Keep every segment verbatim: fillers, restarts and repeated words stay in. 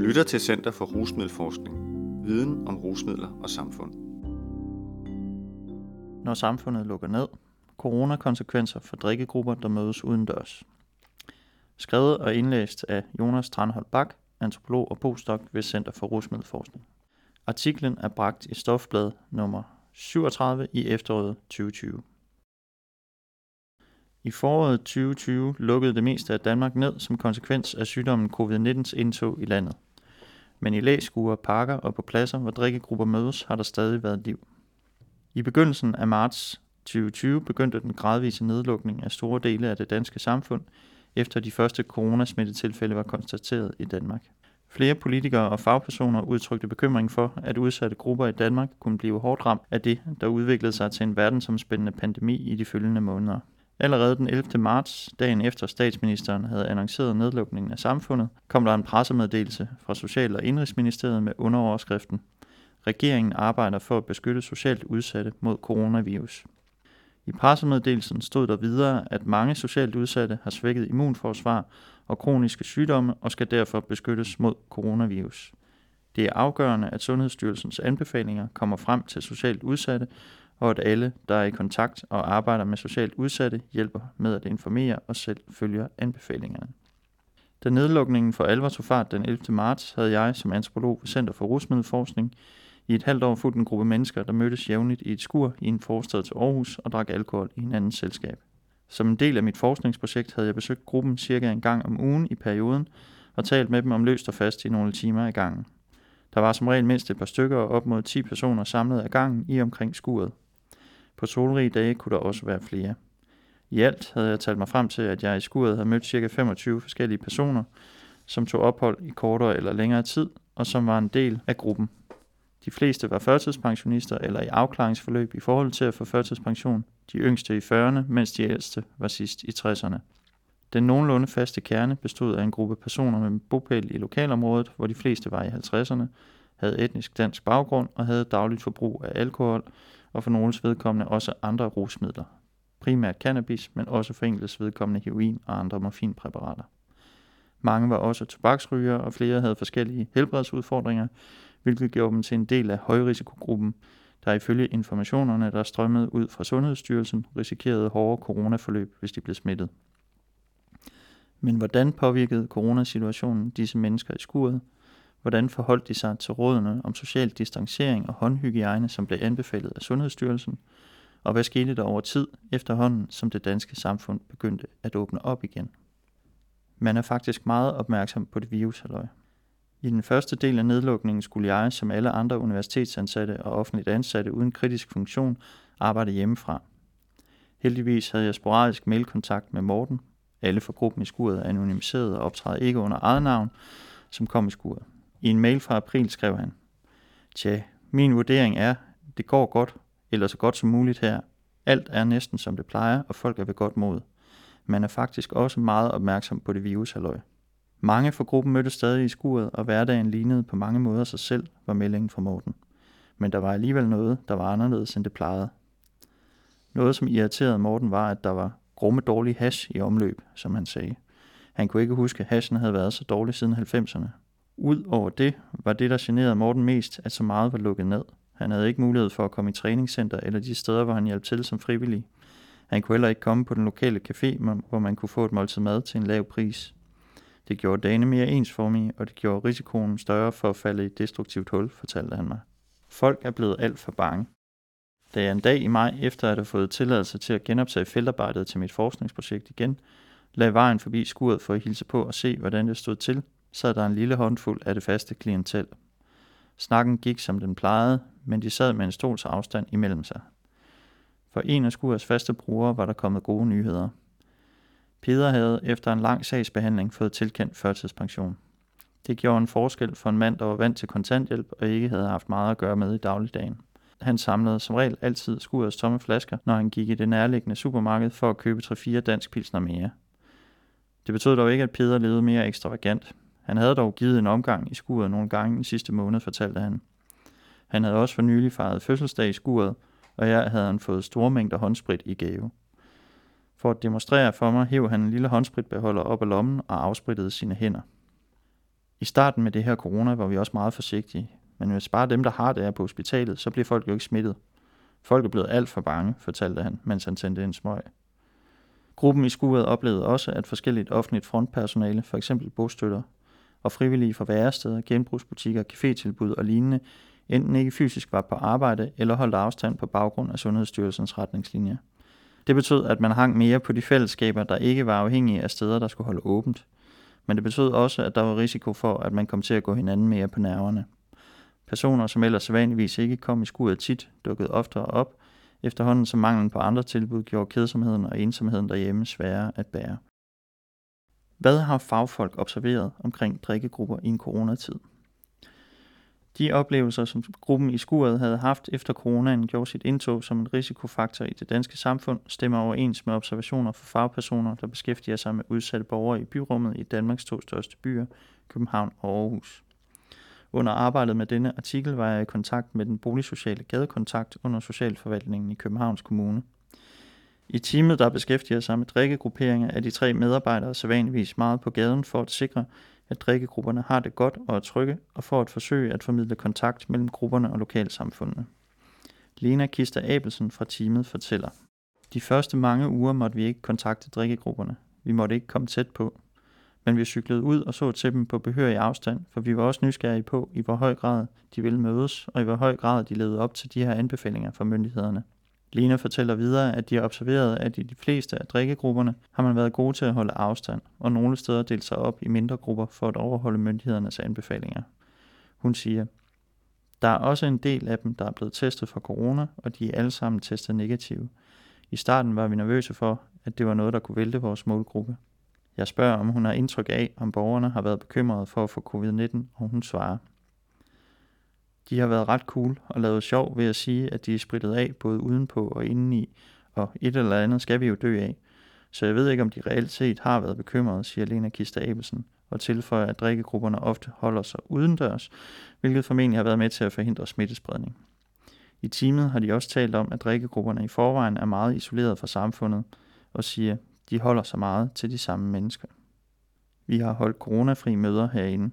lytter til Center for Rusmiddelforskning. Viden om rusmidler og samfund. Når samfundet lukker ned. Coronakonsekvenser for drikkegrupper, der mødes udendørs. Skrevet og indlæst af Jonas Tranholt Bach, antropolog og postdoc ved Center for Rusmiddelforskning. Artiklen er bragt i Stofblad nummer syvogtredive i efteråret tyve tyve. I foråret tyve tyve lukkede det meste af Danmark ned som konsekvens af sygdommen covid nitten's indtog i landet. Men i læskuer, parker og på pladser, hvor drikkegrupper mødes, har der stadig været liv. I begyndelsen af marts tyve tyve begyndte den gradvise nedlukning af store dele af det danske samfund, efter de første coronasmittetilfælde var konstateret i Danmark. Flere politikere og fagpersoner udtrykte bekymring for, at udsatte grupper i Danmark kunne blive hårdt ramt af det, der udviklede sig til en verdensomspændende pandemi i de følgende måneder. Allerede den ellevte marts, dagen efter statsministeren havde annonceret nedlukningen af samfundet, kom der en pressemeddelelse fra Social- og Indenrigsministeriet med underoverskriften: Regeringen arbejder for at beskytte socialt udsatte mod coronavirus. I pressemeddelelsen stod der videre, at mange socialt udsatte har svækket immunforsvar og kroniske sygdomme og skal derfor beskyttes mod coronavirus. Det er afgørende, at Sundhedsstyrelsens anbefalinger kommer frem til socialt udsatte, og at alle, der er i kontakt og arbejder med socialt udsatte, hjælper med at informere og selv følger anbefalingerne. Da nedlukningen for alvor tog fart den ellevte marts, havde jeg som antropolog ved Center for Rusmiddelforskning i et halvt år fulgt en gruppe mennesker, der mødtes jævnligt i et skur i en forstad til Aarhus og drak alkohol i hinandens selskab. Som en del af mit forskningsprojekt havde jeg besøgt gruppen cirka en gang om ugen i perioden og talt med dem om løst og fast i nogle timer ad gangen. Der var som regel mindst et par stykker og op mod ti personer samlet ad gangen i omkring skuret. På solrige dage kunne der også være flere. I alt havde jeg talt mig frem til, at jeg i skuret havde mødt cirka femogtyve forskellige personer, som tog ophold i kortere eller længere tid, og som var en del af gruppen. De fleste var førtidspensionister eller i afklaringsforløb i forhold til at få førtidspension, de yngste i fyrrerne, mens de ældste var sidst i tresserne. Den nogenlunde faste kerne bestod af en gruppe personer med bopæl i lokalområdet, hvor de fleste var i halvtredserne, havde etnisk dansk baggrund og havde dagligt forbrug af alkohol, og for nogens vedkommende også andre rusmidler. Primært cannabis, men også for enkeltes vedkommende heroin og andre morfinpræparater. Mange var også tobaksrygere, og flere havde forskellige helbredsudfordringer, hvilket gjorde dem til en del af højrisikogruppen, der ifølge informationerne, der strømmede ud fra Sundhedsstyrelsen, risikerede hårde coronaforløb, hvis de blev smittet. Men hvordan påvirkede coronasituationen disse mennesker i skuret? Hvordan forholdt de sig til rådene om social distancering og håndhygiejne, som blev anbefalet af Sundhedsstyrelsen? Og hvad skete der over tid, efterhånden som det danske samfund begyndte at åbne op igen? Man er faktisk meget opmærksom på det virushalløj. I den første del af nedlukningen skulle jeg, som alle andre universitetsansatte og offentligt ansatte uden kritisk funktion, arbejde hjemmefra. Heldigvis havde jeg sporadisk mailkontakt med Morten. Alle fra gruppen i skuret er anonymiseret og optræder ikke under eget navn, som kom i skuret. I en mail fra april skrev han: Tja, min vurdering er, det går godt, eller så godt som muligt her. Alt er næsten som det plejer, og folk er ved godt mod. Man er faktisk også meget opmærksom på det virushalløj. Mange fra gruppen mødtes stadig i skuret, og hverdagen lignede på mange måder sig selv, var meldingen fra Morten. Men der var alligevel noget, der var anderledes end det plejede. Noget, som irriterede Morten, var, at der var grumme dårlig hash i omløb, som han sagde. Han kunne ikke huske, at hashen havde været så dårlig siden halvfemserne. Udover det var det, der generede Morten mest, at så meget var lukket ned. Han havde ikke mulighed for at komme i træningscenter eller de steder, hvor han hjalp til som frivillig. Han kunne heller ikke komme på den lokale café, hvor man kunne få et måltid mad til en lav pris. Det gjorde dagene mere ensformige, og det gjorde risikoen større for at falde i et destruktivt hul, fortalte han mig. Folk er blevet alt for bange. Da jeg en dag i maj, efter at have fået tilladelse til at genoptage feltarbejdet til mit forskningsprojekt igen, lagde vejen forbi skuret for at hilse på og se, hvordan det stod til, sad der en lille håndfuld af det faste klientel. Snakken gik, som den plejede, men de sad med en stols afstand imellem sig. For en af skurets faste brugere var der kommet gode nyheder. Peder havde efter en lang sagsbehandling fået tilkendt førtidspension. Det gjorde en forskel for en mand, der var vant til kontanthjælp og ikke havde haft meget at gøre med i dagligdagen. Han samlede som regel altid skurets tomme flasker, når han gik i det nærliggende supermarked for at købe tre fire dansk pilsner mere. Det betød dog ikke, at Peder levede mere ekstravagant. Han havde dog givet en omgang i skuret nogle gange den sidste måned, fortalte han. Han havde også for nylig fejret fødselsdag i skuret, og her havde han fået store mængder håndsprit i gave. For at demonstrere for mig, hev han en lille håndspritbeholder op af lommen og afsprittede sine hænder. I starten med det her corona var vi også meget forsigtige, men hvis bare dem, der har det, er på hospitalet, så bliver folk jo ikke smittet. Folk er blevet alt for bange, fortalte han, mens han tændte en smøg. Gruppen i skuret oplevede også, at forskelligt offentligt frontpersonale, f.eks. bostøtter og frivillige fra væresteder, genbrugsbutikker, cafétilbud og lignende, enten ikke fysisk var på arbejde eller holdt afstand på baggrund af Sundhedsstyrelsens retningslinjer. Det betød, at man hang mere på de fællesskaber, der ikke var afhængige af steder, der skulle holde åbent. Men det betød også, at der var risiko for, at man kom til at gå hinanden mere på nerverne. Personer, som ellers sædvanligvis ikke kom i skuret tit, dukkede oftere op, efterhånden som manglen på andre tilbud gjorde kedsomheden og ensomheden derhjemme sværere at bære. Hvad har fagfolk observeret omkring drikkegrupper i en coronatid? De oplevelser, som gruppen i skuret havde haft efter coronaen, gjorde sit indtog som en risikofaktor i det danske samfund, stemmer overens med observationer fra fagpersoner, der beskæftiger sig med udsatte borgere i byrummet i Danmarks to største byer, København og Aarhus. Under arbejdet med denne artikel var jeg i kontakt med den boligsociale gadekontakt under Socialforvaltningen i Københavns Kommune. I teamet, der beskæftiger sig med drikkegrupperinger, er de tre medarbejdere sædvanligvis meget på gaden for at sikre, at drikkegrupperne har det godt og er trygge, og for at forsøge at formidle kontakt mellem grupperne og lokalsamfundene. Lena Kister Abelsen fra teamet fortæller: De første mange uger måtte vi ikke kontakte drikkegrupperne. Vi måtte ikke komme tæt på. Men vi cyklede ud og så til dem på behørig afstand, for vi var også nysgerrige på, i hvor høj grad de ville mødes, og i hvor høj grad de levede op til de her anbefalinger fra myndighederne. Lena fortæller videre, at de har observeret, at i de fleste af drikkegrupperne har man været gode til at holde afstand, og nogle steder delt sig op i mindre grupper for at overholde myndighedernes anbefalinger. Hun siger: Der er også en del af dem, der er blevet testet for corona, og de er alle sammen testet negative. I starten var vi nervøse for, at det var noget, der kunne vælte vores målgruppe. Jeg spørger, om hun har indtryk af, om borgerne har været bekymrede for at få covid nitten, og hun svarer: De har været ret cool og lavet sjov ved at sige, at de er spritet af både udenpå og indeni, og et eller andet skal vi jo dø af. Så jeg ved ikke, om de reelt set har været bekymrede, siger Lena Kister Abelsen, og tilføjer, at drikkegrupperne ofte holder sig udendørs, hvilket formentlig har været med til at forhindre smittespredning. I teamet har de også talt om, at drikkegrupperne i forvejen er meget isoleret fra samfundet, og siger, de holder sig meget til de samme mennesker. Vi har holdt coronafri møder herinde.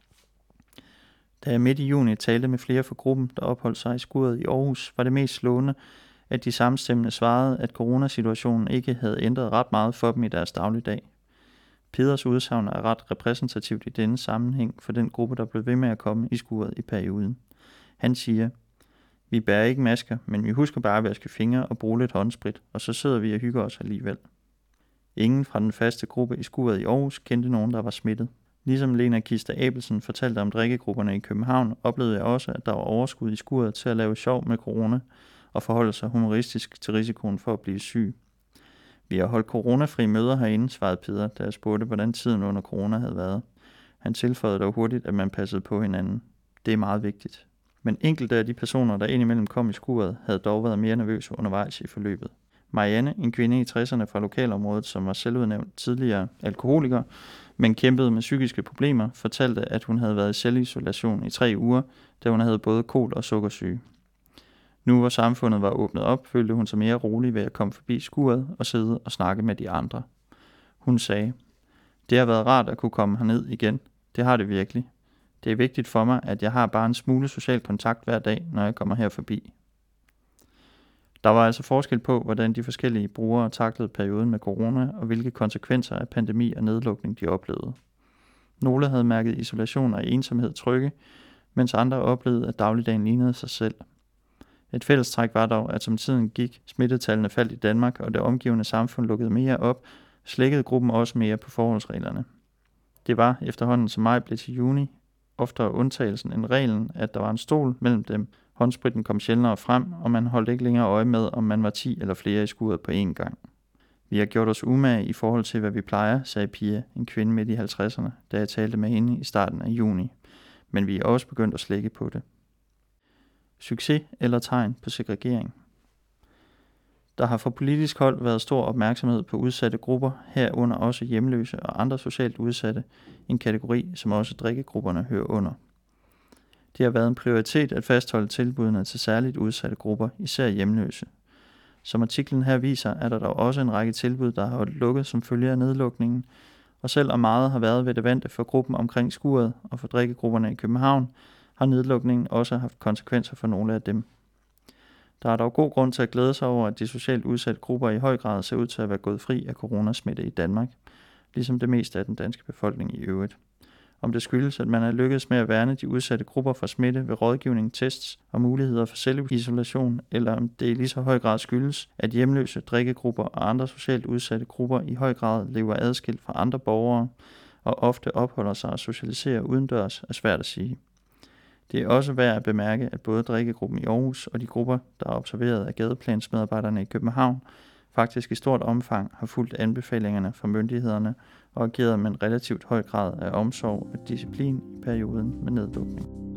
Da jeg midt i juni talte med flere fra gruppen, der opholdt sig i skuret i Aarhus, var det mest slående, at de samstemmende svarede, at coronasituationen ikke havde ændret ret meget for dem i deres dagligdag. Peders udsagn er ret repræsentativt i denne sammenhæng for den gruppe, der blev ved med at komme i skuret i perioden. Han siger: Vi bærer ikke masker, men vi husker bare at vaske fingre og bruge lidt håndsprit, og så sidder vi og hygger os alligevel. Ingen fra den faste gruppe i skuret i Aarhus kendte nogen, der var smittet. Ligesom Lena Kister Abelsen fortalte om drikkegrupperne i København, oplevede jeg også, at der var overskud i skuret til at lave sjov med corona og forholde sig humoristisk til risikoen for at blive syg. Vi har holdt coronafri møder herinde, svarede Peder, da jeg spurgte, hvordan tiden under corona havde været. Han tilføjede dog hurtigt, at man passede på hinanden. Det er meget vigtigt. Men enkelte af de personer, der indimellem kom i skuret, havde dog været mere nervøse undervejs i forløbet. Marianne, en kvinde i tresserne fra lokalområdet, som var selvudnævnt tidligere alkoholiker, men kæmpede med psykiske problemer, fortalte, at hun havde været i selvisolation i tre uger, da hun havde både kol og sukkersyge. Nu hvor samfundet var åbnet op, følte hun sig mere rolig ved at komme forbi skuret og sidde og snakke med de andre. Hun sagde: Det har været rart at kunne komme herned igen. Det har det virkelig. Det er vigtigt for mig, at jeg har bare en smule social kontakt hver dag, når jeg kommer her forbi. Der var altså forskel på, hvordan de forskellige brugere taklede perioden med corona, og hvilke konsekvenser af pandemi og nedlukning de oplevede. Nogle havde mærket isolation og ensomhed trygge, mens andre oplevede, at dagligdagen lignede sig selv. Et fællestræk var dog, at som tiden gik, smittetallene faldt i Danmark, og det omgivende samfund lukkede mere op, slækkede gruppen også mere på forholdsreglerne. Det var, efterhånden som maj blev til juni, oftere undtagelsen end reglen, at der var en stol mellem dem. Håndspritten kom sjældnere frem, og man holdt ikke længere øje med, om man var ti eller flere i skuret på én gang. Vi har gjort os umage i forhold til, hvad vi plejer, sagde Pia, en kvinde midt i halvtredserne, da jeg talte med hende i starten af juni. Men vi er også begyndt at slække på det. Succes eller tegn på segregering? Der har fra politisk hold været stor opmærksomhed på udsatte grupper, herunder også hjemløse og andre socialt udsatte, en kategori, som også drikkegrupperne hører under. Det har været en prioritet at fastholde tilbudene til særligt udsatte grupper, især hjemløse. Som artiklen her viser, er der dog også en række tilbud, der har holdt lukket som følge af nedlukningen, Og selvom meget har været ved det vante for gruppen omkring skuret og for drikkegrupperne i København, har nedlukningen også haft konsekvenser for nogle af dem. Der er dog god grund til at glæde sig over, at de socialt udsatte grupper i høj grad ser ud til at være gået fri af coronasmitte i Danmark, ligesom det meste af den danske befolkning i øvrigt. Om det skyldes, at man er lykkedes med at værne de udsatte grupper fra smitte ved rådgivning, tests og muligheder for selvisolation, eller om det i lige så høj grad skyldes, at hjemløse, drikkegrupper og andre socialt udsatte grupper i høj grad lever adskilt fra andre borgere og ofte opholder sig og socialiserer udendørs, er svært at sige. Det er også værd at bemærke, at både drikkegruppen i Aarhus og de grupper, der er observeret af gadeplansmedarbejderne i København, faktisk i stort omfang har fulgt anbefalingerne fra myndighederne og ageret med en relativt høj grad af omsorg og disciplin i perioden med nedlukning.